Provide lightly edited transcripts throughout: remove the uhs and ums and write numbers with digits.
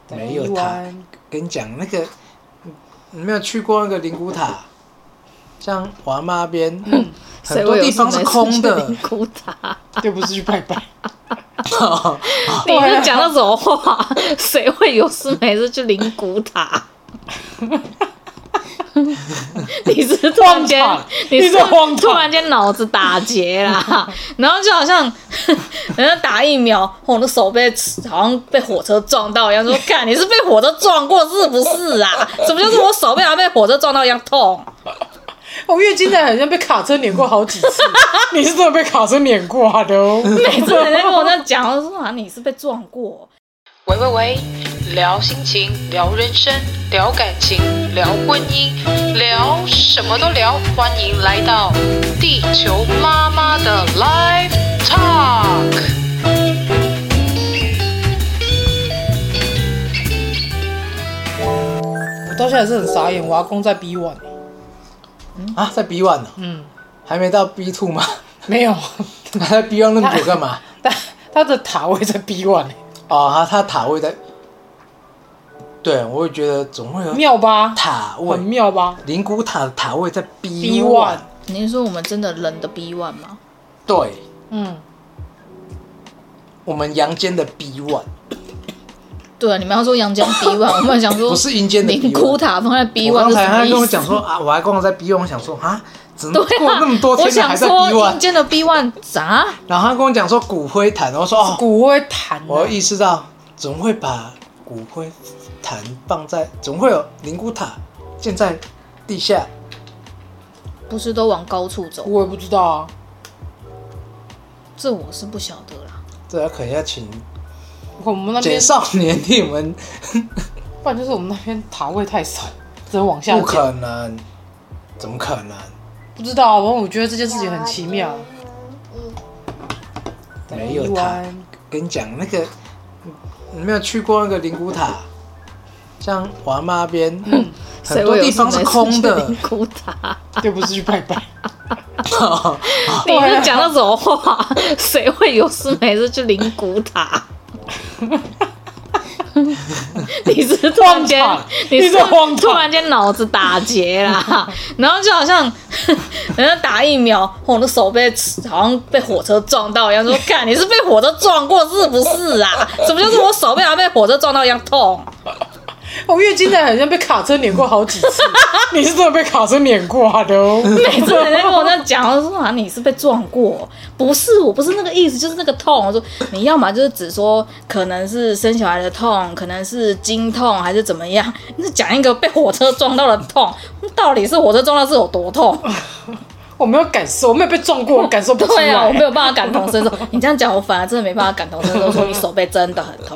没有塔。跟你讲那个，你没有去过那个灵骨塔？像我阿嬷那边，很多地方是空的。 灵骨塔又不是去拜拜。 你是讲那种话，谁会有事没事去灵骨塔？你是突然间脑子打结啦，然后就好像人家打疫苗，我的手好像被火车撞到一样，说看你是被火车撞过是不是啊？什么就是我手好像被火车撞到一样痛？ 我月经来好像被卡车碾过好几次，你是真的被卡车碾过的哦。 每次人家跟我这样讲，我说啊你是被撞过。 喂，聊心情，聊人生，聊感情，聊婚姻，聊什么都聊，欢迎来到地球妈妈的 Live Talk。 我到现在还是很傻眼，我阿公在 B1。 在 B1 呢？还没到 B2 吗？ 没有， 他在 B1 那么久干嘛？ 他的塔位在 B1。 哦，他塔位在，对，我也觉得总会有妙吧？ 塔位很妙吧？ 灵骨塔的塔位在 B1。 你是说我们真的人的 B1 吗？ 对，我们阳间的 B1。 对，你们要说阳间 B1， 我们想说不是阴间的 B1。 灵骨塔放在 B1， 我刚才他跟我讲说啊，我还跟我在 B1， 我想说啊，怎么过那么多天了还在 B1？ 我想说阴间的 B1 啥？ 然后他跟我讲说骨灰坛，我说哦， 骨灰坛。 我意识到怎么会把骨灰坛放在，怎么会有灵骨塔建在地下？ 不是都往高处走？ 我也不知道啊， 这我是不晓得啦。 对啊，可能要请我们那边简少年替我们， 不然就是我们那边塔位太少，只能往下。 不可能，怎么可能？ 不知道，我觉得这件事情很奇妙。 没有塔，跟你讲那个，你没有去过那个灵骨塔？像我阿嬷那边，很多地方是空的。 灵骨塔又不是去拜拜。 你是讲那种话，谁会有事没事去灵骨塔？你是突然间脑子打结啦，然后就好像人家打疫苗，我的手好像被火车撞到一样，说看你是被火车撞过是不是啊？什么就是我手好像被火车撞到一样痛？ 我月经来好像被卡车碾过好几次，你是真的被卡车碾过的哦。 每次人家跟我这样讲，我说啊你是被撞过，不是，我不是那个意思，就是那个痛。我说你要嘛就是只说可能是生小孩的痛，可能是经痛还是怎么样，你是讲一个被火车撞到的痛，到底是火车撞到是有多痛？ 我没有感受，我没有被撞过，我感受不出来。 对啊，我没有办法感同身受。你这样讲，我反而真的没办法感同身受，说你手背真的很痛。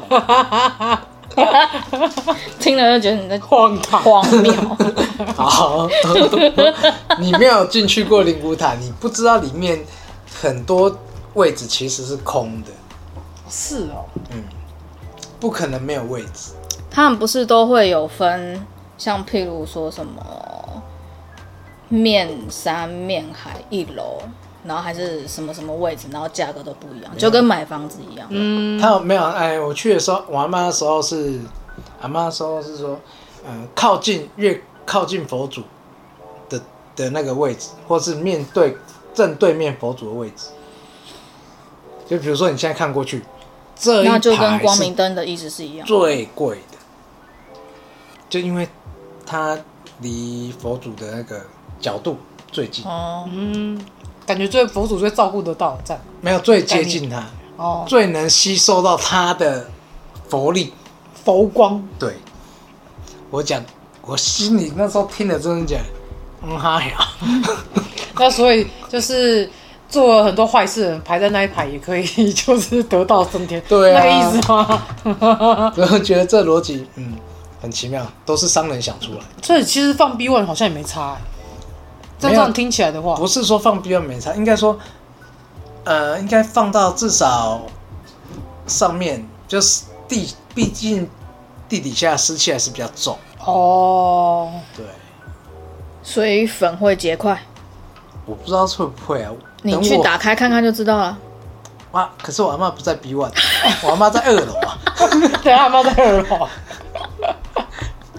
听了就觉得你在荒谬。 好，你没有进去过灵骨塔，你不知道里面很多位置其实是空的。 是哦， 不可能没有位置。 他们不是都会有分，像譬如说什么面山面海一楼，然后还是什么什么位置，然后价格都不一样，就跟买房子一样。 他没有我去的时候，我阿妈那时候是说，越靠近佛祖的那个位置，或是正对面佛祖的位置。就比如说你现在看过去，这一排那就跟光明灯的意思是一样， 最贵的，就因为它离佛祖的那个角度最近。 感觉佛祖最照顾得到，这样没有最接近他，最能吸收到他的佛力、 佛光。 对，我心里那时候听了真的讲，哈呀。 那所以就是做了很多坏事的人排在那一排也可以，就是得道升天， 对啊， 那个意思吗？ 我觉得这逻辑很奇妙，都是商人想出来。 所以其实放 B1 好像也没差这样听起来的话， 不是说放 B1 没差，应该说，应该放到至少上面，就是毕竟地底下湿气还是比较重。对。 所以粉会结块。 我不知道会不会啊， 你去打开看看就知道了。 哇！可是我阿嬷不在 B1， 我阿嬷在2楼啊。 对，阿嬷在2楼。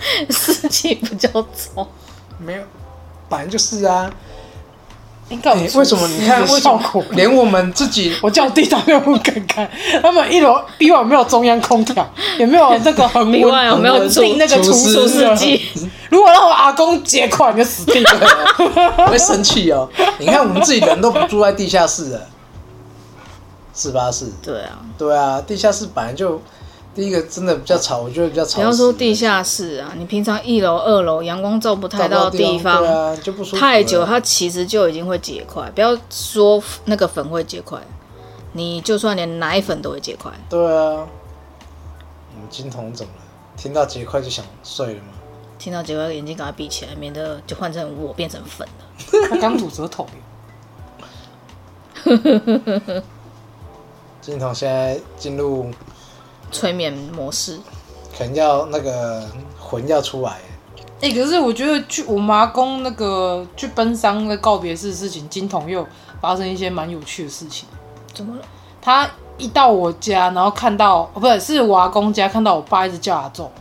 事情不叫重。 没有，本来就是啊。 应该有为什么你看为什么连我们自己我叫地上又不敢看，他们1楼 B 1没有中央空调，也没有那个恒另外有没有定那个除湿机？ 如果让我阿公结款，你就死定了， 我会生气哦。你看我们自己人都不住在地下室了，是吧？是。 对啊， 对啊，地下室本来就第一个真的比较吵，我觉得比较吵。 不要说地下室啊，你平常1楼、2楼阳光照不太到的地方， 对啊，就不舒服了太久，它其实就已经会结块。不要说那个粉会结块，你就算连奶粉都会结块。 对啊，我们金童怎么了？听到结块就想睡了吗？ 听到结块，眼睛赶快闭起来，免得就换成我变成粉了。 他刚吐舌头。 金童现在进入催眠模式， 可能要那个魂要出来。 可是我觉得去我妈公那个去奔丧的告别式的事情，金童又发生一些蛮有趣的事情。 怎么了？ 他一到我家，然后看到是我阿公家，看到我爸一直叫阿宙。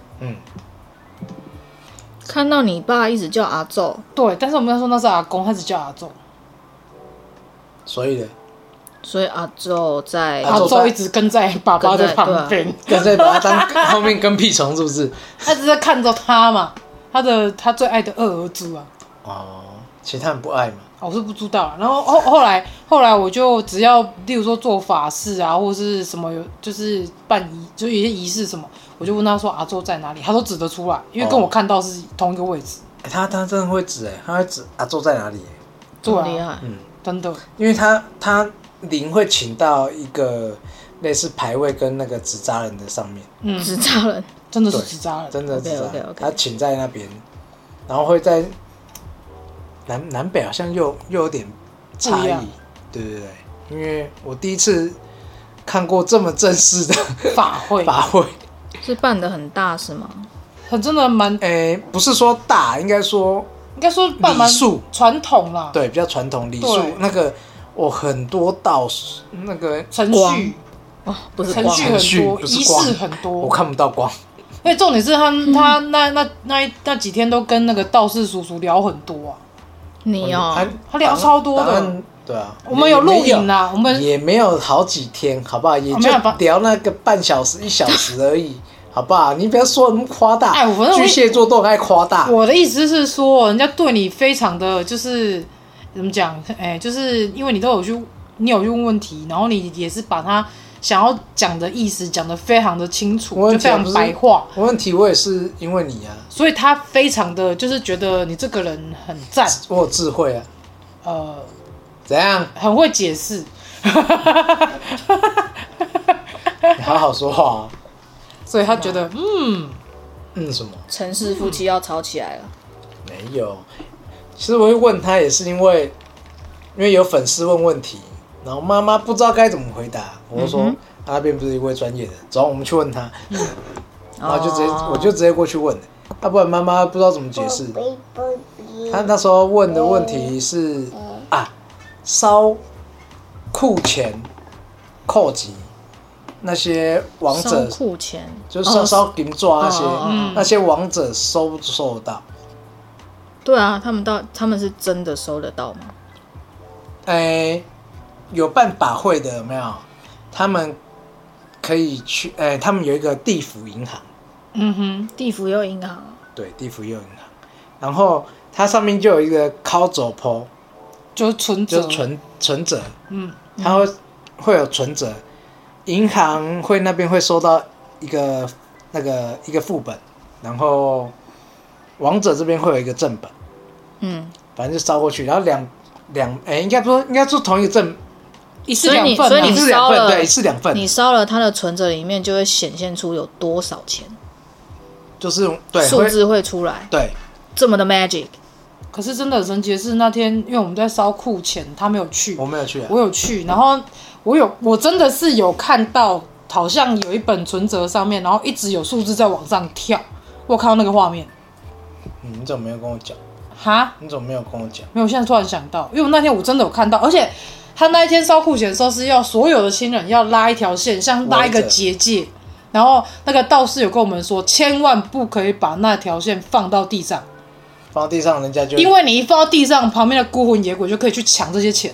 看到你爸一直叫阿宙。 对，但是我们要说那是阿公，他只叫阿宙。 所以呢？ 所以阿宙阿宙一直跟在爸爸的旁边， 跟在把他当后面跟屁虫是不是？ 他只是看着他嘛，他最爱的二儿子啊。 哦，其他人不爱嘛？ 我是不知道。然后后来我就只要例如说做法事啊，或是什么就是办就有一些仪式什么，我就问他说阿宙在哪里，他都指得出来，因为跟我看到是同一个位置。 他真的会指他会指阿宙在哪里？ 对啊， 厉害， 真的。 因为他灵会请到一个类似牌位跟那个纸扎人的上面， 纸扎人真的是纸扎人， 真的纸扎人， OK 他请在那边，然后会在南北好像又有点差异，对，因为我第一次看过这么正式的法会， 是办得很大是吗？ 真的蛮不是说大，应该说办蛮礼数传统啦， 对，比较传统礼数那个。很多道那个程序不是程序很多，仪式很多， 我看不到光。 因为重点是他那几天都跟那个道士叔叔聊很多啊。 你他聊超多的。 对啊， 我们有录影啊，我们也没有好几天，好不好？也就聊那个半小时、1小时而已，好不好？你不要说那么夸大。巨蟹座都爱夸大。 我的意思是说，人家对你非常的就是。怎么讲？就是因为你有去问问题，然后你也是把他想要讲的意思讲得非常的清楚，就非常白话。 问题我也是因为你啊， 所以他非常的就是觉得你这个人很赞， 我有智慧啊。怎样？ 很会解释。 你好好说话啊。 所以他觉得什么？ 城市夫妻要吵起来了？ 没有。其实我会问他，也是因为有粉丝问问题，然后妈妈不知道该怎么回答，我就说他那边不是一位专业的，走，我们去问他，然后我就直接过去问，要不然妈妈不知道怎么解释。他那时候问的问题是烧库钱扣集那些王者烧库钱， 就是烧金抓那些王者收不收得到？ 对啊，他们是真的收得到吗？ 有办法会的有没有？他们可以去，他们有一个地府银行。 地府有银行。 对，地府有银行，然后它上面就有一个靠走坡， 就是存折。它会有存折，银行那边会收到一个副本，然后王者这边会有一个正本。反正就烧过去，然后应该说同一个正， 一次2份， 所以你烧了， 对，一次2份， 你烧了他的存折里面就会显现出有多少钱， 就是对数字会出来， 对， 这么的 magic。 可是真的很神奇的是，那天因为我们在烧库钱，他没有去， 我没有去， 我有去，然后我真的是有看到，好像有一本存折上面，然后一直有数字在往上跳，我有看到那个画面。 你怎么没有跟我讲？ 哈？ 你怎么没有跟我讲？ 没有，我现在突然想到，因为我那天我真的有看到，而且他那一天烧库钱的时候是要所有的亲人要拉一条线，像拉一个结界， 然后那个道士有跟我们说，千万不可以把那条线放到地上， 放到地上人家就因为你一放到地上，旁边的孤魂野鬼就可以去抢这些钱。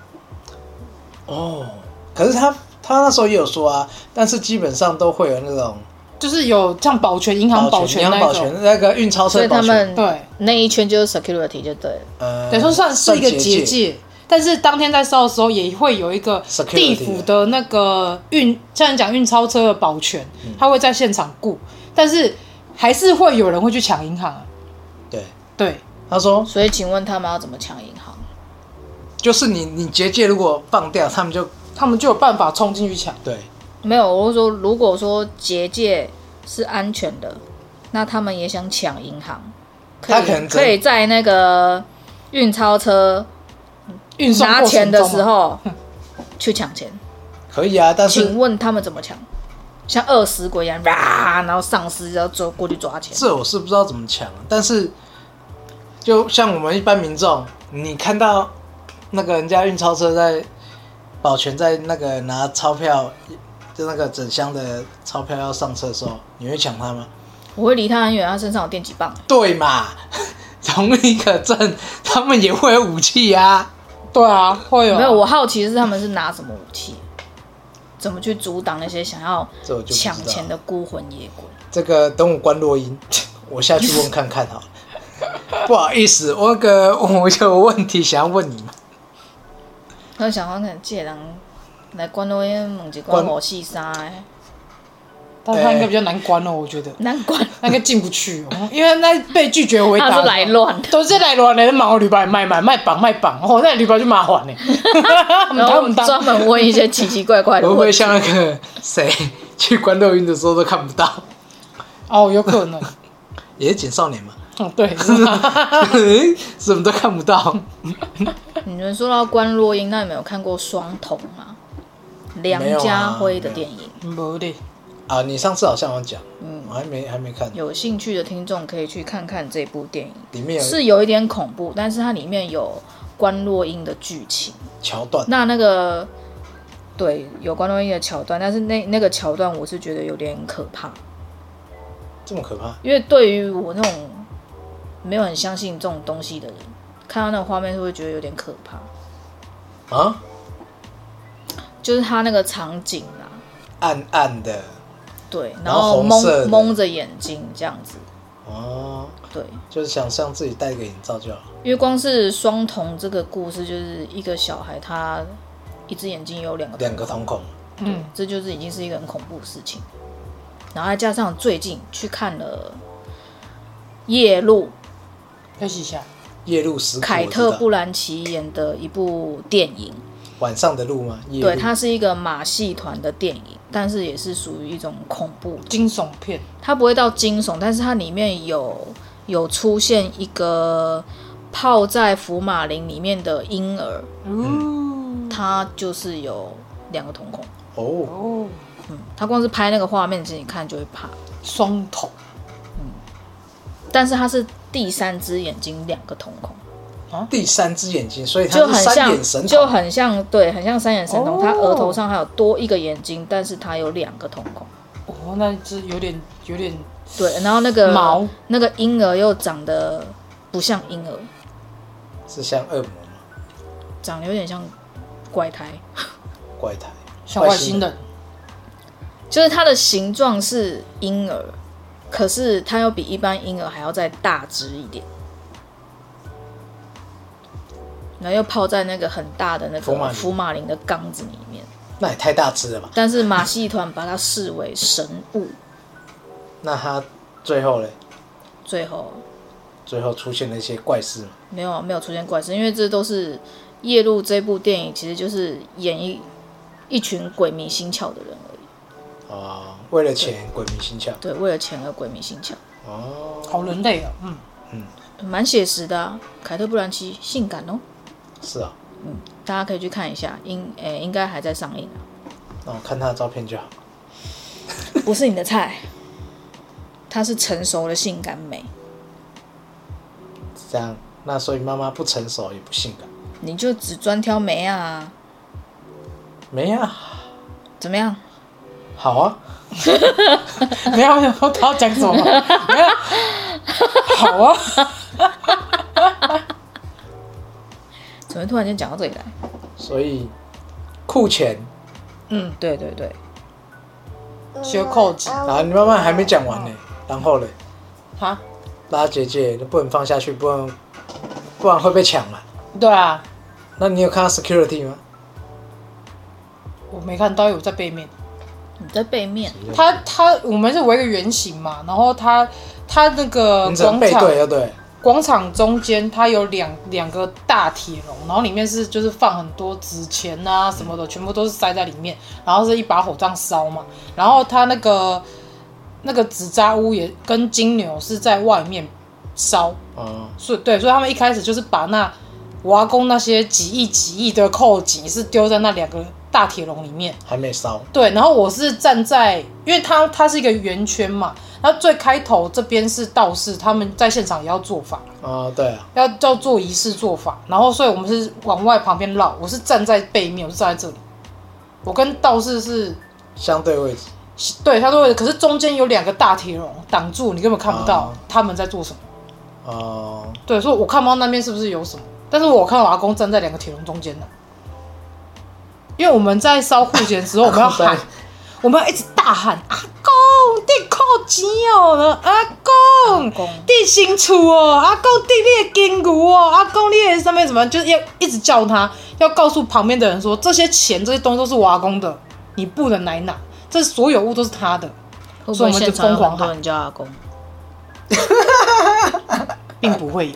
哦，可是他那时候也有说啊，但是基本上都会有那种就是有像保全、银行保全银行保那一种， 全那个运钞所车保全， 以他们对那一圈就是 security 就对了。 等于说算是一个结结。 界。但是当天在烧的时候，也会有一个 Security 地府的那个像你讲运钞车的保全，他会在现场顾，但是还是会有人会去抢银行啊。 对， 对， 他说所以请问他们要怎么抢银行？ 就是你结界如果放掉，他们就有办法冲进去抢。 对， 没有，我是说，如果说结界是安全的，那他们也想抢银行， 他可能可以在那个运钞车运送拿钱的时候， 候去抢钱。 可以啊，但是请问他们怎么抢？像饿死鬼一样，然后丧尸要走过去抓钱。 这我是不知道怎么抢，但是就像我们一般民众，你看到那个人家运钞车在保全在那个拿钞票，就那个整箱的钞票要上车的时候，你会抢他吗？ 我会离他很远，他身上有电击棒。 对嘛，同一个镇，他们也会有武器啊。 对啊，会有。 没有，我好奇的是他们是拿什么武器，怎么去阻挡那些想要这我就不知道抢钱的孤魂野鬼？ 这个等我关录音，我下去问看看好了。不好意思，我有问题想要问你嘛。 我想讲，可能这个人来关录音，问一关543的， 但是他应该比较难关哦，我觉得难关。 那个进不去哦，因为那被拒绝回答， 他是来乱的， 都是来乱的，忙我旅伴卖绑，哦，那旅伴就麻烦呢。 然后专门问一些奇奇怪怪的问题。 会不会像那个谁去关录音的时候都看不到？ 哦，有可能， 也是简少年嘛。 哦，对， 什么都看不到。 你们说到关落音，那你们有看过《双瞳》吗？梁家辉的电影。 没的。 啊，你上次好像有讲，我还没看。 有兴趣的听众可以去看看这部电影， 里面是有一点恐怖，但是它里面有关落音的剧情桥段。 那个对，有关落音的桥段，但是那个桥段我是觉得有点可怕。 这么可怕？ 因为对于我那种没有很相信这种东西的人，看到那个画面是会觉得有点可怕啊。 就是他那个场景啊， 暗暗的， 对， 然后后红色的蒙着眼睛这样子， 哦， 对， 就是想象自己戴个眼罩就好。 因为光是双瞳这个故事，就是一个小孩他一只眼睛有两个瞳孔， 这就是已经是一个很恐怖的事情。然后再加上最近去看了《夜路》， 休息一下， 夜路石凯特·布兰奇演的一部电影。 晚上的路吗？ 对，它是一个马戏团的电影，但是也是属于一种恐怖惊悚片。 它不会到惊悚，但是它里面有出现一个泡在福马林里面的婴儿，它就是有两个瞳孔。 哦， 它光是拍那个画面，自己看就会怕。 双瞳， 但是它是第三只眼睛两个瞳孔。 第三只眼睛，所以它就是很三眼神童， 就很像，对，很像三眼神童。他额头上还有多一个眼睛，但是他有两个瞳孔。 哦，那是有点对，然后那个毛那个婴儿又长得不像婴儿， 是像恶魔吗？ 长得有点像怪胎， 怪胎， 像外星人。 就是它的形状是婴儿，可是它又比一般婴儿还要再大只一点。然后又泡在那个很大的那个福马林的缸子里面， 那也太大只了吧？ 但是马戏团把它视为神物。 那他最后嘞？ 最后出现了一些怪事吗？ 没有出现怪事，因为这都是《夜路》这部电影，其实就是演一群鬼迷心窍的人而已。 哦，为了钱鬼迷心窍。 对，为了钱而鬼迷心窍。 哦， 好人类啊， 蛮写实的啊，凯特·布兰奇性感哦。 是啊， 大家可以去看一下，应该还在上映啊。 那我看他的照片就好。 不是你的菜，她是成熟的性感美。 这样，那所以妈妈不成熟也不性感。 你就只专挑美啊？ 没啊， 怎么样？ 好啊， 没有，他要讲什么？没有，好啊。 怎么突然间讲到这里来？ 所以库钱， 对对对， 学扣紧啊，你慢慢还没讲完呢，然后嘞， 哈， 拉结界不能放下去，不然会被抢嘛。 对啊， 那你有看到 security 吗？ 我没看到，有在背面。 你在背面， 我们是围个圆形嘛，然后他那个你只能背对，对不对？ 广场中间它有两个大铁笼，然后里面就是放很多纸钱啊什么的，全部都是塞在里面，然后是一把火这样烧嘛。然后它那个纸扎屋也跟金牛是在外面烧，所以他们一开始就是把那我阿公那些几亿的扣几是丢在那两个大铁笼里面， 还没烧。 对，然后我是站在，因为它是一个圆圈嘛。然后最开头这边是道士，他们在现场也要做法对啊， 要做仪式做法，然后所以我们是往外旁边绕，我是站在背面，我是站在这里，我跟道士是相对位置， 对相对位置，可是中间有两个大铁笼挡住，你根本看不到他们在做什么。对，所以我看不到那边是不是有什么，但是我看到我阿公站在两个铁笼中间呢，因为我们在烧库钱的时候，我们要喊。我们要一直大喊阿公，你扣钱哦！阿公，你新厝哦！阿公，你的金牛哦！阿公，你的上面什么，就是要一直叫他，要告诉旁边的人说，这些钱、这些东西都是我阿公的，你不能来拿，这所有物都是他的。 会不会现场有很多人叫阿公？ 并不会有，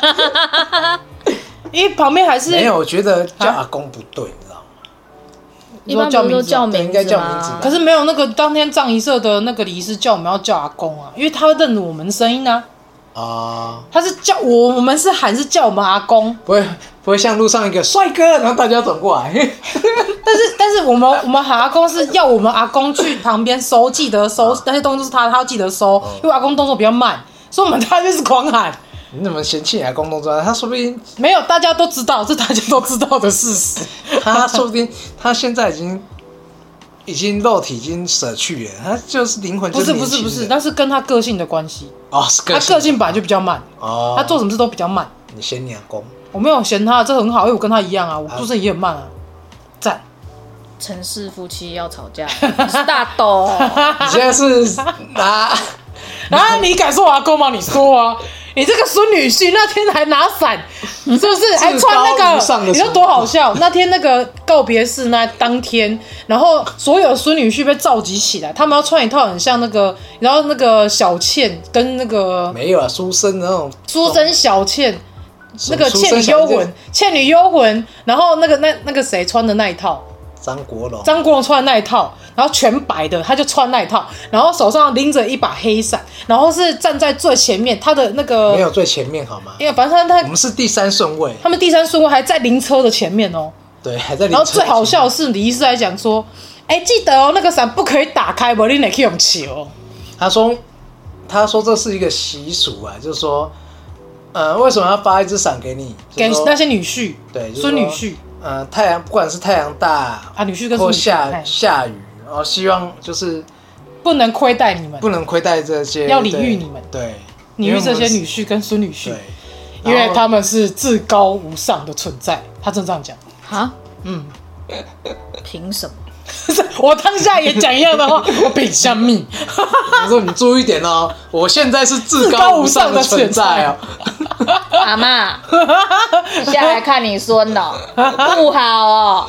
因为旁边还是没有。我觉得叫阿公不对。 一般不是都叫名字吗？ 应该叫名字。 可是没有那个当天葬仪社的那个礼师叫我们要叫阿公啊，因为他会认我们声音啊。他是叫我们是喊是叫我们阿公， 不会像路上一个帅哥，然后大家走过来。 但是我们喊阿公是要我们阿公去旁边收，记得收那些东西都是他要记得收，因为阿公动作比较慢，所以我们他就是狂喊。 你怎么嫌弃阿公动作？他说不定没有，大家都知道，是大家都知道的事实。 他说不定他现在已经肉体已经舍去了，他就是灵魂就是年轻人。 不是，那是跟他个性的关系。 是他个性本来就比较慢。他做什么事都比较慢。 你嫌你阿公？ 我没有嫌他，这很好，因为我跟他一样啊，我做事也很慢啊。赞。 城市夫妻要吵架，你是大斗。 你现在是你敢说我阿公吗？你说啊。你这个孙女婿那天还拿伞，是不是？还穿那个，你知道多好笑？那天那个告别式那当天，然后所有孙女婿被召集起来，他们要穿一套很像那个，然后那个小倩跟那个没有书生那种书生小倩，那个倩女幽魂，然后那个谁穿的那一套。 张国荣穿的那一套，然后全白的，他就穿那一套，然后手上拎着一把黑伞，然后是站在最前面，他的那个没有最前面好吗？ 因为反正我们是第3顺位， 他们第3顺位还在灵车的前面哦。 对，还在灵车。 然后最好笑的是李医师来讲说，记得哦，那个伞不可以打开，不然你得去用球。 他说这是一个习俗啊，就是说，为什么要发一只伞给你？ 给那些女婿， 对， 孙女婿。 太阳不管是太阳大女婿跟或下雨，希望就是不能亏待你们， 不能亏待这些， 要礼遇你们， 对， 礼遇这些女婿跟孙女婿，因为他们是至高无上的存在。他真这样讲啊？凭什么？ 我当下也讲一样的话，我凭什么？ 我说你注意点哦，我现在是至高无上的存在哦。 阿嬷，下来看你孙哦，不好哦，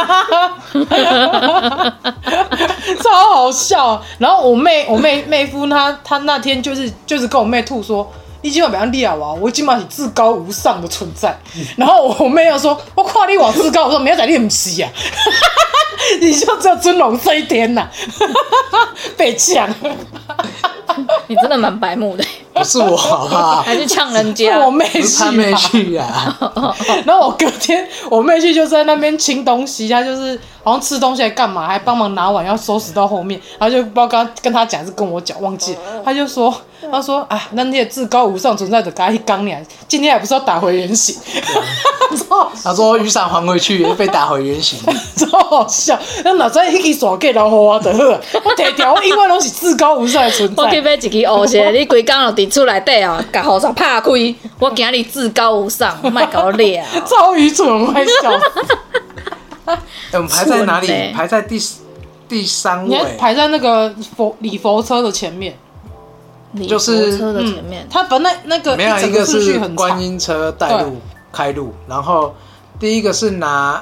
超好笑。然后我妹夫他那天就是跟我妹吐说，你今晚不要厉害我今晚是至高无上的存在。然后我妹又说，我看你往至高，我说没有在你不是啊，你就只有尊龙这一天呐，被呛。 你真的蛮白目的。 不是我好不好？ 还是呛人家？ 我妹去， 他妹去啊。 然后我隔天我妹去就在那边清东西，她就是好像吃东西还干嘛，还帮忙拿碗要收拾到后面，然后就不知道跟他讲还是跟我讲忘记了，他说啊，那些至高无上存在的给他一缸呢，今天还不是要打回原形？ 他说雨伞还回去也被打回原形， 超好笑。那哪知迄支伞给人好啊就好啊，我摕掉，我永远拢是至高无上的存在。 我去买一支乌鞋，你规工就伫厝内底哦，甲雨伞拍开，我今日至高无上，莫甲我掠啊！ 超愚蠢，我快笑死。 我们排在哪里？ 蠢欸排在第3 你还位， 排在那个礼佛车的前面， 就是礼佛车的前面， 他本来那个没有整个一个是顺序很长， 观音车带路开路，然后第一个是拿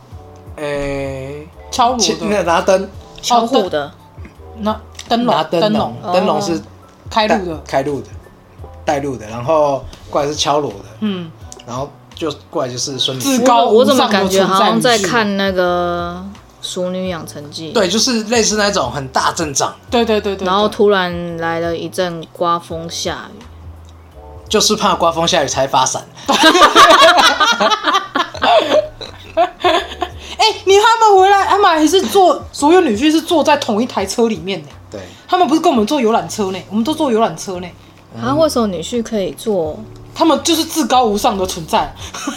敲锣的， 拿灯， 巧虎的， 那灯拿笼， 灯笼，灯笼是开路的， 开路的，带路的，然后过来是敲锣的， 嗯， 然后就过来就是孙女至婿， 高无上的我怎么感觉好像在存在看那个《熟女养成记》？ 对，就是类似那种很大阵仗， 对， 然后突然来了一阵刮风下雨， 就是怕刮风下雨才发伞。 你他们回来，他们还是所有女婿是坐在同一台车里面呢。 对， 他们不是跟我们坐游览车呢，我们都坐游览车呢。 啊，为什么女婿可以坐？ 他们就是至高无上的存在。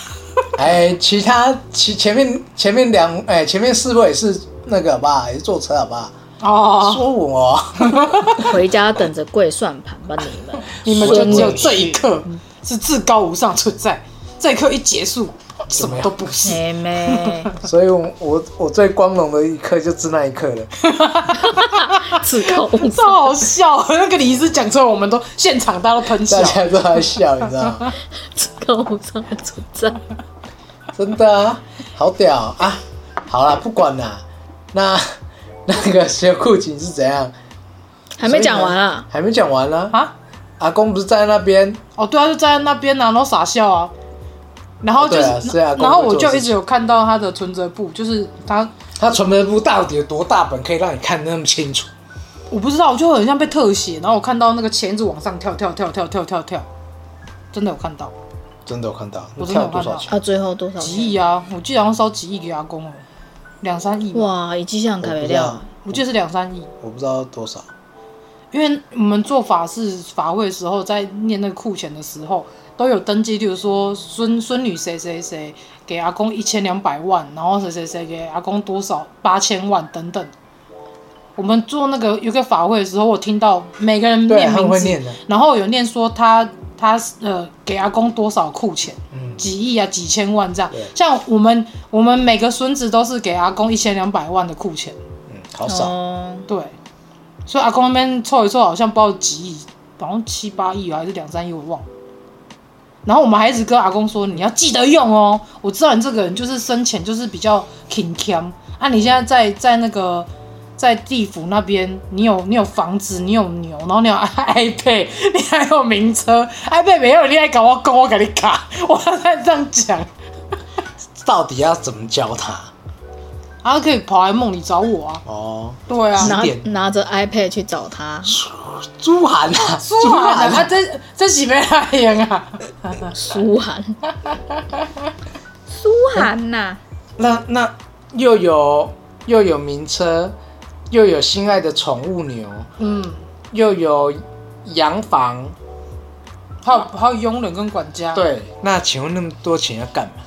前面前面4位是那个好不好？也是坐车好不好？ 哦， 说我回家等着跪算盘吧，你们！ 你们就只有这一刻是至高无上存在，这一刻一结束，什么都不是。 妹妹， 所以我最光荣的一刻就是那一刻了。 至高无超上， 好笑，那个李师讲出来，我们都现场大家都喷笑大。家都在笑，你知道吗？ 至高无上的存在。 真的啊，好屌啊！好啦，不管啦，那个小裤锦是怎样？ 还没讲完啊！ 还没讲完啦。 啊？ 阿公不是站在那边？ 哦，对啊，就站在那边啊，然后傻笑啊，然后就是， 对啊是阿公然后我会做的事情就一直有看到他的存折簿，就是他， 存折簿到底有多大本，可以让你看得那么清楚？ 我不知道，我就很像被特写，然后我看到那个钱一直往上跳，真的有看到， 真的有看到， 我你真的有看到跳多少钱？ 啊，最后多少几钱？ 亿啊，我记得好像烧几亿给阿公了，2-3亿吧， 哇，一记项开不了。 我记得是2-3亿。 我不知道多少。 因为我们做法会的时候，在念那个库钱的时候，都有登记，例如说孙女谁谁谁给阿公1200万，然后谁谁谁给阿公多少8000万等等。我们做那个有个法会的时候，我听到每个人对他们念名字， 会念的然后有念说他给阿公多少库钱，几亿啊几千万这样。像我们每个孙子都是给阿公1200万的库钱， 好少。 哦， 对。所以阿公那边凑一凑，好像不知道几亿，好像7-8亿还是2-3亿，我忘了。然后我们还一直跟阿公说，你要记得用哦。我知道你这个人就是生前就是比较勤俭啊，你现在在那个在地府那边，你有房子，你有牛，然后你有 iPad， 你还有名车 ，iPad 没有，你还搞我公，我给你卡，我在这样讲。 到底要怎么教他？ 他可以跑来梦里找我啊。 哦， 对啊， 拿着 iPad 去找他。 朱涵啊， 舒涵啊，这是要哪样啊？ 舒涵，舒涵呐！ 那又有名车，又有心爱的宠物牛，又有洋房， 还有佣人跟管家。， 对，那请问那么多钱要干嘛？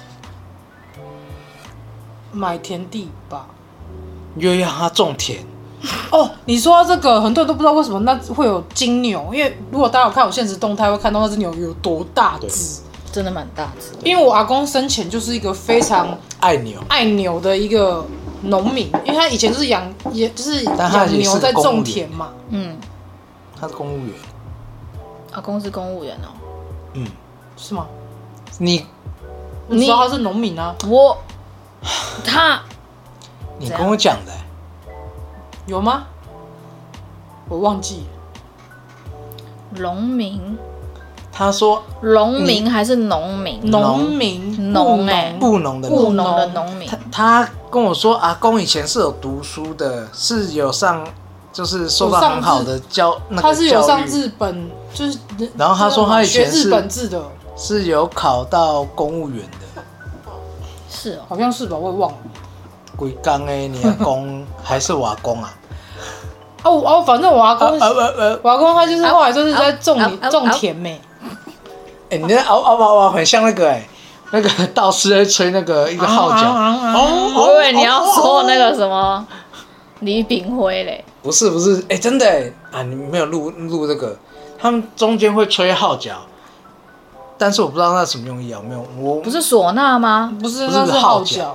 买田地吧。 又要他种田， 哦，你说到这个，很多人都不知道为什么那会有金牛，因为如果大家有看我现实动态，会看到那只牛有多大只。 真的蛮大只的。 因为我阿公生前就是一个非常爱牛， 爱牛的一个农民，因为他以前就是也就是养但他也是牛在种公务员田嘛。 他是公务员。 阿公是公务员哦。 是吗？ 你我知道他是农民啊。 你跟我讲的， 有吗？我忘记了。 农民， 他说农民还是农民？ 农民农务农的务农， 农的农民。 他跟我说，阿公以前是有读书的，是有上，就是受到很好的他是有上教育， 日本，就是然后他说他以前学日本字的， 是有考到公务员的。 是哦， 好像是吧，我也忘了。 规工的，你阿公还是我阿公啊？ 反正我阿公，我阿公他就是后来就是在种田咩。 哎，你那嗷很像那个那个道士在吹那个一个号角。 我以为你要说那个什么李炳辉嘞。 不是，哎，真的啊，你没有录这个，他们中间会吹号角，但是我不知道那什么用意啊，没有我不是唢呐吗？ 不是，那是号角。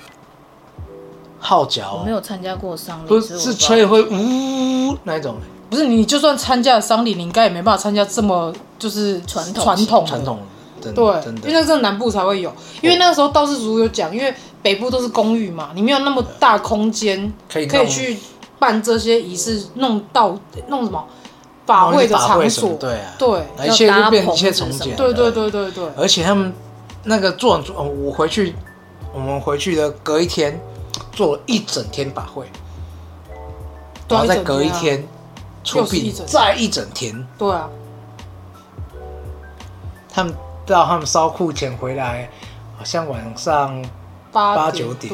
号角我没有参加过丧礼， 不是吹会呜那一种。 不是你就算参加了丧礼，你应该也没办法参加这么就是传统。对，因为那个南部才会有，因为那个时候道士叔有讲，因为北部都是公寓嘛，你没有那么大空间可以去办这些仪式，弄什么法会的场所， 对啊， 对， 一切就变一切重建， 对， 而且他们那个我们回去的隔一天做了一整天法会，然后再隔一天出殡，再一整天， 对啊， 他们烧库钱回来，好像晚上8、9点。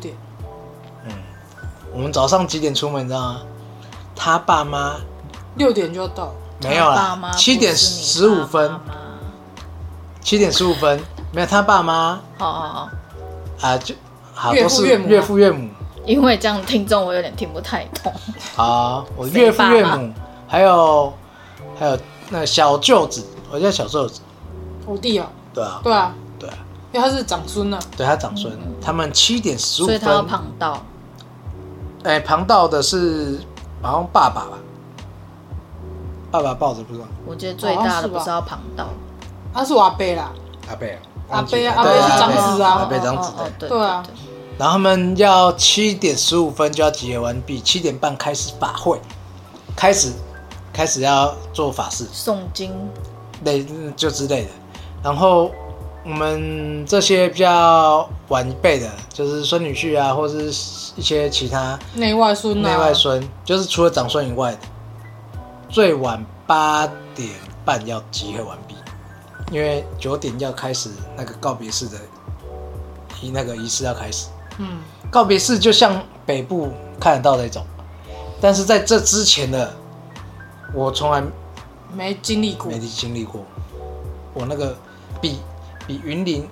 我们早上几点出门？你知道吗？他爸妈 6点就要到。 没有啦，7点15分。7点15分，没有他爸妈。就好都是岳父岳母。 因为这样听众我有点听不太懂。 我岳父岳母，还有那个小舅子，我叫小舅子。 我弟啊。 对啊， 因为他是长孙啊。 对，他长孙。他们7点15分。 所以他要旁道。 旁道的是好像爸爸吧，爸爸抱着不知道。 我觉得最大的不是要旁道， 他是我阿伯啦。 阿伯是长子啊。 阿伯长子对啊。 然后他们要7点15分就要集合完毕，7点半开始法会，开始要做法事、 诵经就之类的。然后我们这些比较晚一辈的，就是孙女婿啊，或是一些其他内外孙， 就是除了长孙以外的，最晚8点半要集合完毕，因为9点要开始那个告别式的那个仪式要开始。告别式就像北部看得到那种，但是在这之前的，我从来没经历过。 我那个比云林，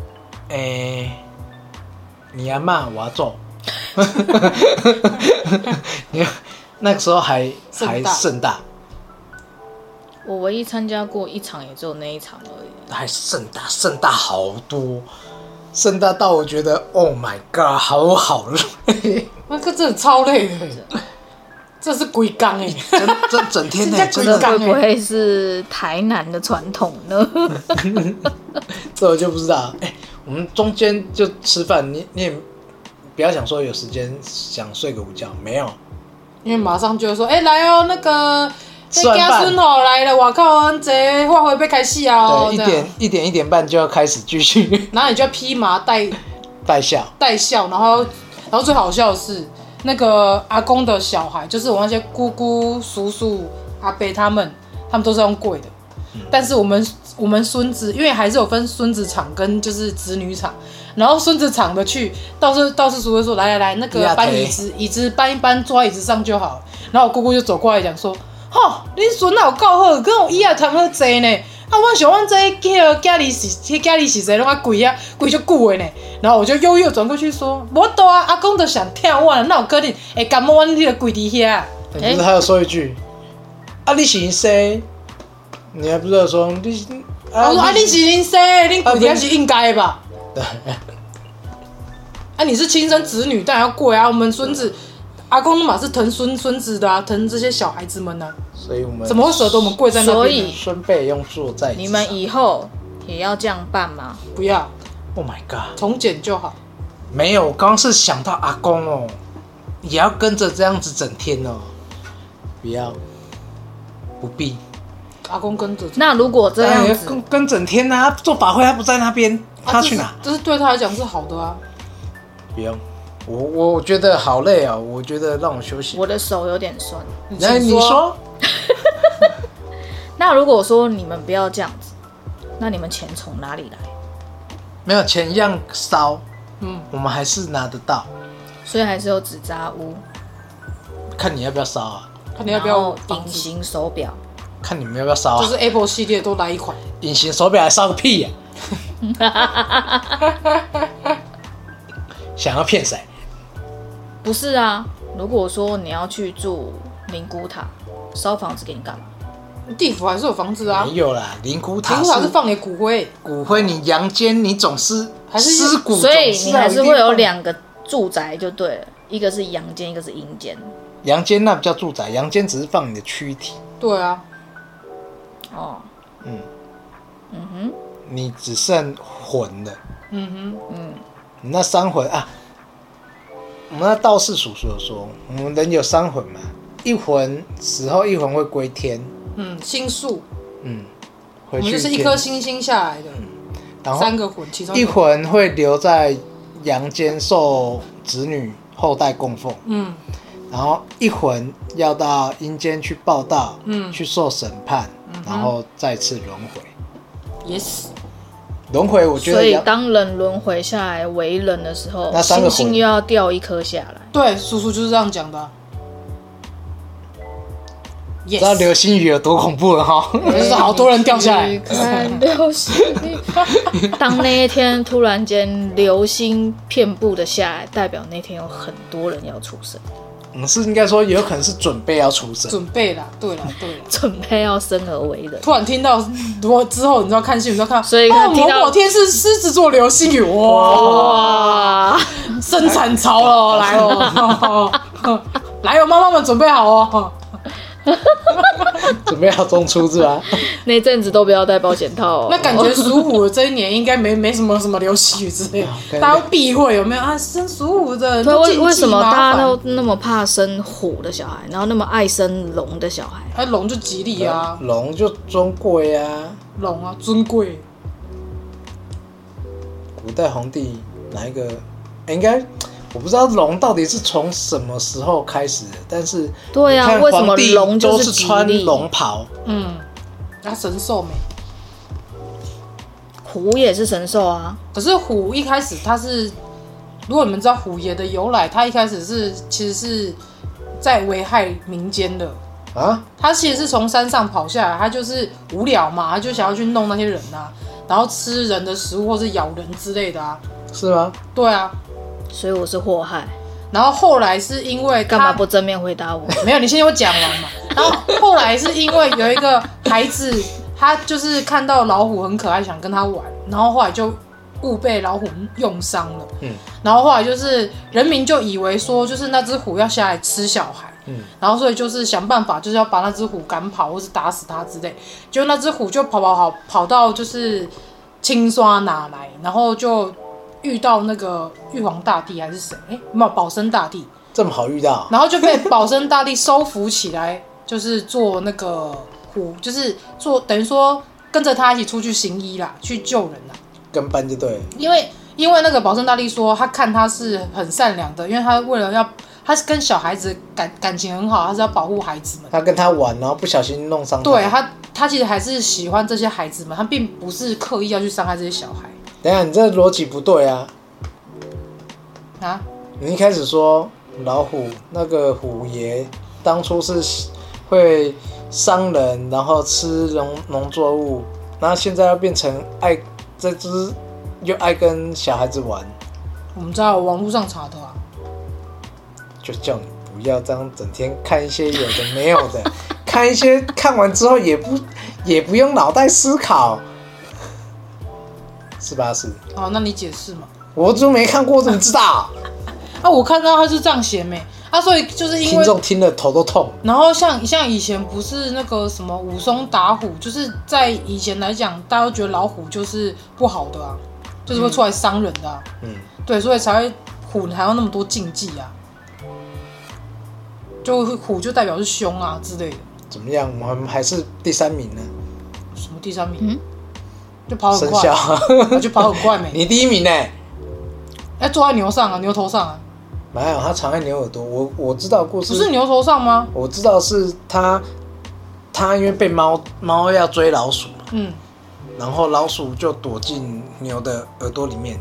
你阿嬷我要做，那个时候还盛大。 我唯一参加过一场，也只有那一场而已。 还盛大好多，盛大到我觉得 ，Oh my God， 好累。 那个真的超累的，这是规工哎， 整天呢， 真的会不会是台南的传统呢？ 这我就不知道。我们中间就吃饭，你也不要想说有时间想睡个午觉，没有， 因为马上就会说，来哦，那个家孙吼来了，哇靠，这法会要开始啊！ 对，1点半就要开始继续， 然后你就要披麻戴孝，然后最好笑的是，那个阿公的小孩，就是我那些姑姑、叔叔、阿伯他们都是用跪的，但是我们孙子，因为还是有分孙子场跟就是子女场，然后孙子场的去道士叔会说来，那个搬椅子搬一搬，坐在椅子上就好。然后我姑姑就走过来讲说，你孙哪有够好，跟我椅仔躺好坐呢。我想阮这家里是谁拢跪啊，跪足久的呢。然后我就悠悠转过去说，无多啊，阿公都想跳我了，那有可能会感冒，你就跪伫遐。 不是还有说一句，你是谁？你还不知道说你？ 我说你是恁生，恁跪伫遐是应该的吧？对。你是亲生子女，当然要跪啊。我们孙子。阿公嘛是疼孙子的啊，疼这些小孩子们呢、 所以我们怎么会舍得我们跪在那边？ 所以孙辈用坐在你们以后也要这样办吗？ 不要 ，Oh my God， 从简就好。 没有，我刚刚是想到阿公哦，也要跟着这样子整天哦，不要，不必。 阿公跟着。 那如果这样子跟整天啊，做法会他不在那边，他去哪？ 这是对他来讲是好的啊。 不用。我觉得好累啊！我觉得让我休息。 我的手有点酸。 你说。 那如果说你们不要这样子，那你们钱从哪里来？ 没有钱一样烧，我们还是拿得到。 所以还是有纸扎屋， 看你要不要烧啊？ 看你要不要然后隐形手表， 看你们要不要烧啊？ 就是 Apple 系列都来一款。 隐形手表还烧个屁呀、想要骗谁？ 不是啊？如果说你要去住灵骨塔，烧房子给你干嘛？ 地府还是有房子啊， 没有啦，灵骨灵塔骨塔是放你的骨灰， 骨灰，你阳间你总是还是尸骨， 所以你还是会有两。 2个住宅就对了，一个是阳间，一个是阴间。 阳间那不叫住宅，阳间只是放你的躯体， 对啊， 哦， 你只剩魂了。 嗯你那三魂啊，我们那道士叔叔有说，我们人有三魂嘛，一魂死后一魂会归天， 哼，星宿， 回去我们就是一天颗星星下来的， 然后 3个魂，其中一魂会留在阳间受子女后代供奉，然后一魂要到阴间去报道，去受审判，然后再次轮回。 ，yes， 轮回我觉得所以当人轮回下来为人的时候， 那3个魂星星又要掉一颗下来。 对，叔叔就是这样讲的啊。 知道 yes， 流星雨有多恐怖了哈。 就是好多人掉下来去看流星雨。当那一天突然间流星遍布的下来，代表那天有很多人要出生， 是应该说有可能是准备要出生， 准备啦，对啦， 准备要生而为人。 突然听到，如果之后你知道看新闻，你知道看到， 所以哦， 听到某某天是狮子座流星雨，哇， 哇， 生产潮了哦，来哦，来哦，妈妈们准备好哦。 准备要中出是吧？ 那阵子都不要戴保险套哦。 那感觉属虎的这一年应该没什么流星雨之类的， 对大家都避讳有没有啊？生属虎的人对， 都禁忌为什么麻烦大家都那么怕生虎的小孩，然后那么爱生龙的小孩？ 啊，龙就吉利啊， 龙就尊贵啊， 龙啊尊贵。 古代皇帝哪一个？应该我不知道龙到底是从什么时候开始的，但是对啊， 你看为什么皇帝龙就都是吉穿利？ 龙袍？ 他神兽没？ 虎也是神兽啊。 可是虎一开始它是，如果你们知道虎爷的由来，它一开始其实是在危害民间的。 啊， 他其实是从山上跑下来，他就是无聊嘛，他就想要去弄那些人啊，然后吃人的食物或是咬人之类的啊。 是吗？ 对啊， 所以我是祸害。 然后后来是因为干嘛不正面回答我？ 没有，你先给我讲完嘛。然后后来是因为有一个孩子，他就是看到老虎很可爱，想跟他玩，然后后来就误被老虎用伤了。然后后来就是人民就以为说，就是那只虎要下来吃小孩。然后所以就是想办法，就是要把那只虎赶跑，或是打死它之类。结果那只虎就跑到就是青刷拿来，然后就遇到那个玉皇大帝还是谁？没有，保生大帝。 这么好遇到？ 然后就被保生大帝收服起来，就是做那个虎，就是做等于说跟着他一起出去行医啦，去救人啦。 跟班就对了。 因为那个保生大帝说，他看他是很善良的，因为他为了他是跟小孩子感情很好，他是要保护孩子们。 他跟他玩，然后不小心弄伤他。 对他其实还是喜欢这些孩子们，他并不是刻意要去伤害这些小孩等一下，你这逻辑不对啊！ 啊。 你一开始说老虎那个虎爷当初是会伤人，然后吃农作物，然后现在要变成爱这只又爱跟小孩子玩， 我们在网络上查的啊。 就叫你不要这样整天看一些有的没有的，看一些看完之后也不用脑袋思考，是吧？是。 好，那你解释嘛。 我就没看过，怎么知道？ 啊，我看到他是这样写没啊，所以就是因听为众听了头都痛。 然后像以前不是那个什么武松打虎，就是在以前来讲，大家都觉得老虎就是不好的啊，就是会出来伤人的啊。对，所以才会虎还有那么多禁忌啊，就虎就代表是凶啊之类的。 怎么样？我们还是第3名呢？ 什么第3名？就跑很快， 生肖就跑很快没？ 你第1名呢？ 坐在牛上啊，牛头上啊。 没有，他常爱牛耳朵。我知道故事， 不是牛头上吗？ 我知道是他因为被猫要追老鼠嘛，然后老鼠就躲进牛的耳朵里面，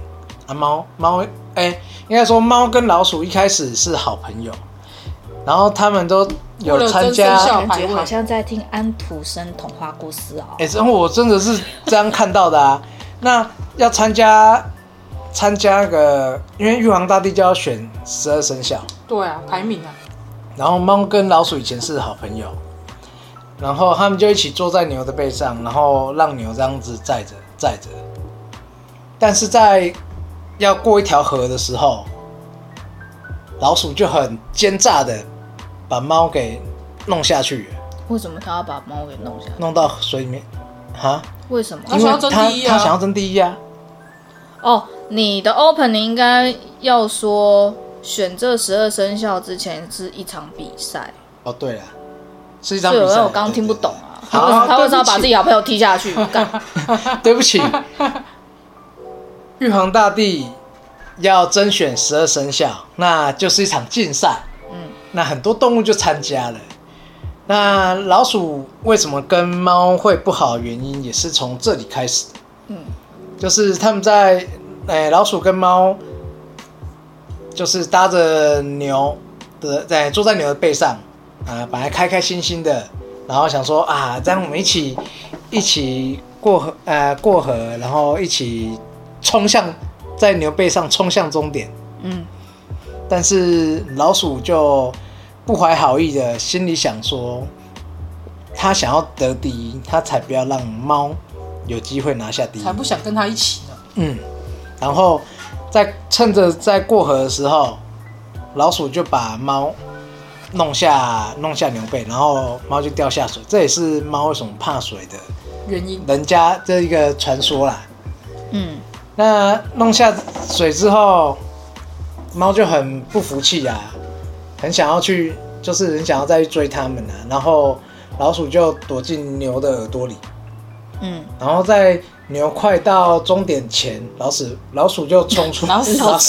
猫，应该说猫跟老鼠一开始是好朋友，然后他们都有参加， 感觉好像在听安徒生童话故事哦。 然后我真的是这样看到的啊。那要参加那个，因为玉皇大帝就要选12生肖， 对啊，排名啊。 然后猫跟老鼠以前是好朋友，然后他们就一起坐在牛的背上，然后让牛这样子载着。但是在要过一条河的时候，老鼠就很奸诈的把猫给弄下去了。 为什么他要把猫给弄下去？ 弄到水里面？哈？ 为什么？ 他想要争第一啊！ 他想要争第一啊！ 哦，你的 opening 应该要说选这12生肖之前是一场比赛。 哦，对了，是一场比赛。 所以我刚刚听不懂啊， 好他为什么要把自己好朋友踢下去？ 对不起，玉皇大帝要甄选12生肖，那就是一场竞赛。那很多动物就参加了。那老鼠为什么跟猫会不好的原因，也是从这里开始的。就是他们在老鼠跟猫，就是搭着牛的，坐在牛的背上本来开开心心的，然后想说啊，这样我们一起过河，然后一起在牛背上冲向终点。但是老鼠就不怀好意的，心里想说，他想要得第一，他才不要让猫有机会拿下第一， 才不想跟他一起呢。 然后趁着在过河的时候，老鼠就把猫弄下牛背，然后猫就掉下水。这也是猫为什么怕水的原因， 人家这一个传说啦。那弄下水之后，猫就很不服气啊，很想要再去追他们啊。然后老鼠就躲进牛的耳朵里。然后在牛快到终点前，老鼠就冲出，老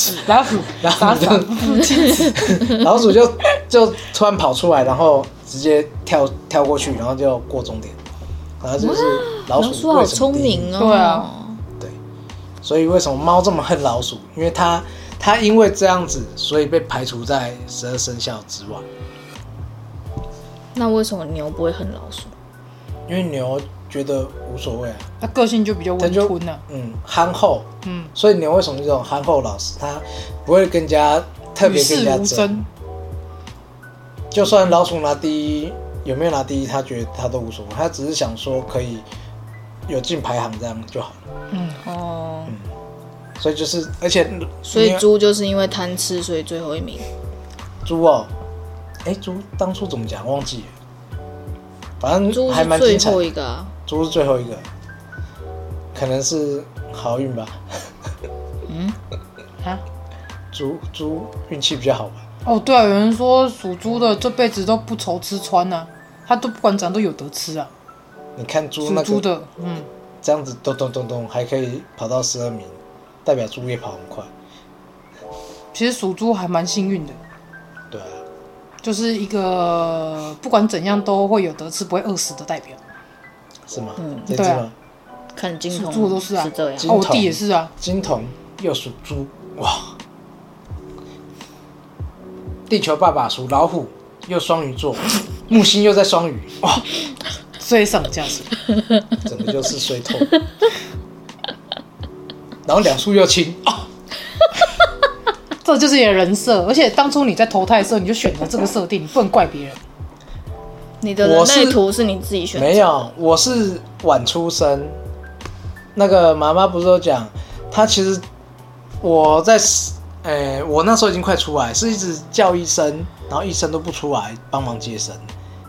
鼠就突然跑出来，然后直接跳过去，然后就过终点。然后就是老鼠好聪明哦。 对啊， 对，所以为什么猫这么恨老鼠？因为它因为这样子，所以被排除在12生肖之外。 那为什么牛不会恨老鼠？ 因为牛觉得无所谓啊， 它个性就比较温吞啊， 憨厚，所以牛为什么这种憨厚老实，它不会跟人家特别跟人家争，就算老鼠拿第一，有没有拿第一，他觉得他都无所谓，他只是想说可以有进排行这样就好了。所以就是，而且所以猪就是因为贪吃，所以最后一名。 猪哦，猪当初怎么讲忘记了。反正还蛮精彩的。猪是最后一个啊。猪是最后一个，可能是好运吧。猪运气比较好吧。 哦，对啊，有人说属猪的这辈子都不愁吃穿啊，他都不管怎样都有得吃啊。 你看猪那个， 属猪的， 这样子咚还可以跑到12名，代表猪也跑很快。 其实属猪还蛮幸运的。 对啊。 就是一个不管怎样都会有得吃，不会饿死的代表， 是吗？ 对啊， 看金童属猪都是啊， 是这样。 我弟也是啊， 金童又属猪，哇！地球爸爸属老虎，又双鱼座，木星又在双鱼，哇！ 衰上加衰， 整个就是衰透。然后两束又轻啊！ 这就是你的人设，而且当初你在投胎的时候你就选择这个设定，你不能怪别人。 你的人类图是你自己选择的？ 没有，我是晚出生。那个妈妈不是有讲，她其实我那时候已经快出来，是一直叫医生，然后医生都不出来帮忙接生。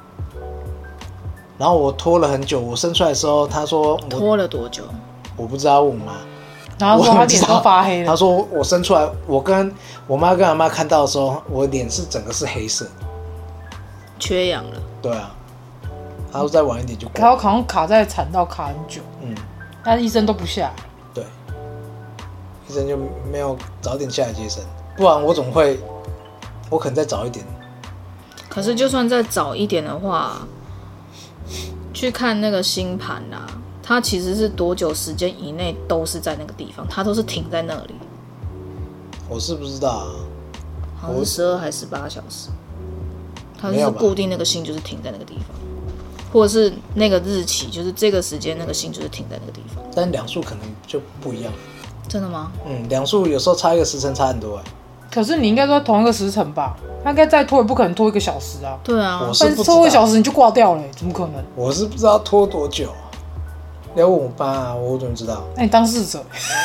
然后我拖了很久，我生出来的时候，他说拖了多久？ 我不知道，问我妈。 然后说他脸都发黑了。 他说我生出来，我跟我妈跟阿妈看到的时候，我脸是整个是黑色， 缺氧了。 对啊，他说再晚一点就过。 他好像卡在产道卡很久，但医生都不下来。 对，医生就没有早点下来接生，不然我总会，我可能再早一点。 可是就算再早一点的话，去看那个星盘啊。它其实是多久时间以内都是在那个地方，它都是停在那里。 我是不知道啊， 好像是12还是18小时，它就是固定那个星就是停在那个地方，或者是那个日期就是这个时间那个星就是停在那个地方。 但两数可能就不一样。 真的吗？ 两数有时候差一个时辰差很多可是你应该说同一个时辰吧？他应该再拖也不可能拖1个小时啊。 对啊， 我是不知道拖1个小时你就挂掉了，怎么可能？ 我是不知道拖多久啊，要问我爸啊，我怎么知道？ 那你当事者，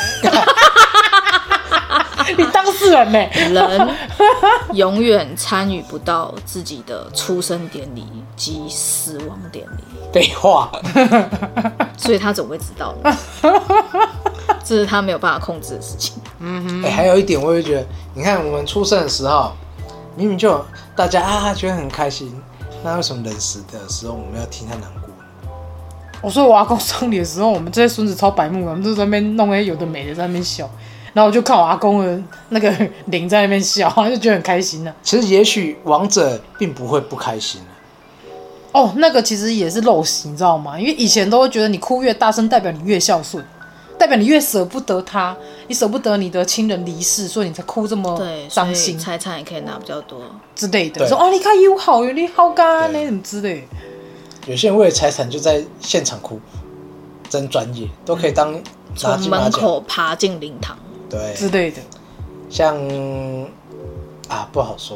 你当事人呢？ 人永远参与不到自己的出生典礼及死亡典礼， 废话， 所以他怎么会知道呢？这是他没有办法控制的事情。 还有一点，我也觉得，你看我们出生的时候，明明就有大家觉得很开心，那为什么人死的时候我们要替他难过呢？ 我说我阿公丧礼的时候，我们这些孙子超白目的，我们就在那边弄有的没的在那边笑，然后我就看我阿公的那个灵在那边笑，就觉得很开心了。 其实也许亡者并不会不开心哦，那个其实也是陋习，你知道吗？因为以前都会觉得你哭越大声，代表你越孝顺，代表你越舍不得他，你舍不得你的亲人离世，所以你才哭这么伤心， 财产也可以拿比较多之类的。说你看有好，你好干那什么之类的。 有些人为了财产就在现场哭，真专业，都可以当从门口爬进灵堂， 对之类的。 像不好说，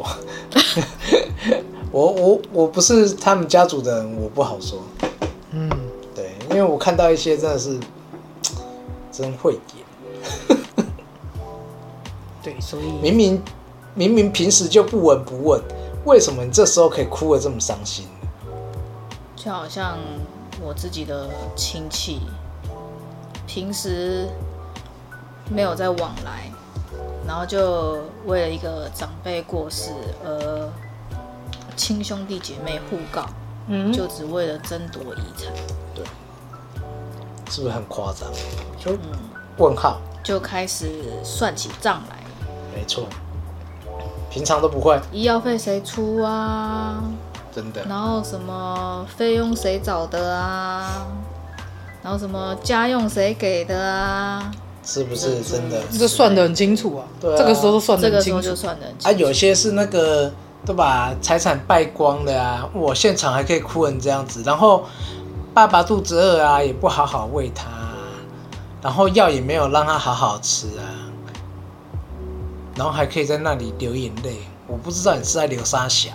我不是他们家族的人，我不好说。对，因为我看到一些真的是真会演。 对，所以明明平时就不闻不问，为什么你这时候可以哭得这么伤心？ 就好像我自己的亲戚，平时没有在往来，然后就为了一个长辈过世而亲兄弟姐妹互告，就只为了争夺遗产。 对，是不是很夸张？就问号， 就开始算起账来。 没错，平常都不会。 医药费谁出啊？ 真的。 然后什么费用谁找的啊？然后什么家用谁给的啊？ 是不是真的？ 这算得很清楚啊。 对啊， 这个时候都算得很清楚。 这个时候就算得很清楚。 有些是那个都把财产败光的啊，我现场还可以哭成这样子，然后爸爸肚子饿啊，也不好好喂他，然后药也没有让他好好吃啊，然后还可以在那里流眼泪，我不知道你是在流啥小。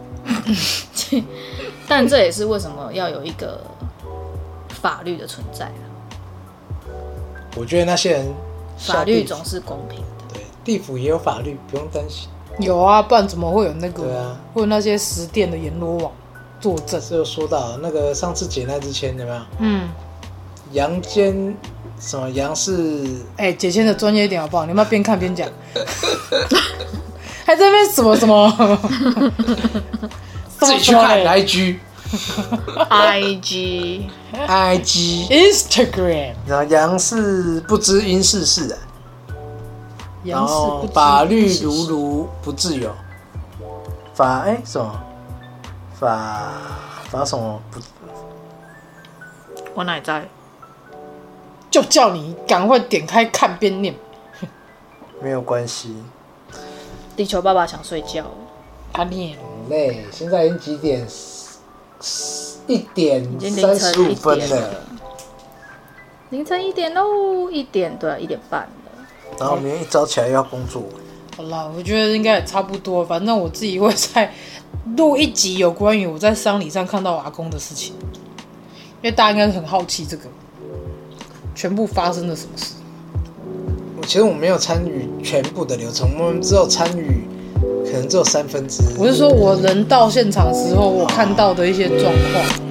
但这也是为什么要有一个法律的存在啊。 我觉得那些人法律总是公平的。 对，地府也有法律，不用担心。 有啊，不然怎么会有那个？ 对啊， 会有那些十殿的阎罗王作证。 这就说到那个上次解难之前有没有？阳间什么阳是？ 解签的专业一点好不好？你要不要边看边讲？还在那边什么什么？ 自己去看 IG、Instagram， 然后阳是不知因世事啊，然后法律如如不自由，什么法什么不？ 我哪在？ 就叫你赶快点开看边念。 没有关系。 地球爸爸想睡觉。 念很累，现在已经几点？1点35分了。 凌晨1点喽，1点对，1点半了。 然后明天一早起来又要工作。 好啦，我觉得应该也差不多。反正我自己会再录一集有关于我在丧礼上看到我阿公的事情，因为大家应该是很好奇这个全部发生了什么事。 其实我没有参与全部的流程，我们只有参与可能只有1/3。 我是说我人到现场的时候，我看到的一些状况。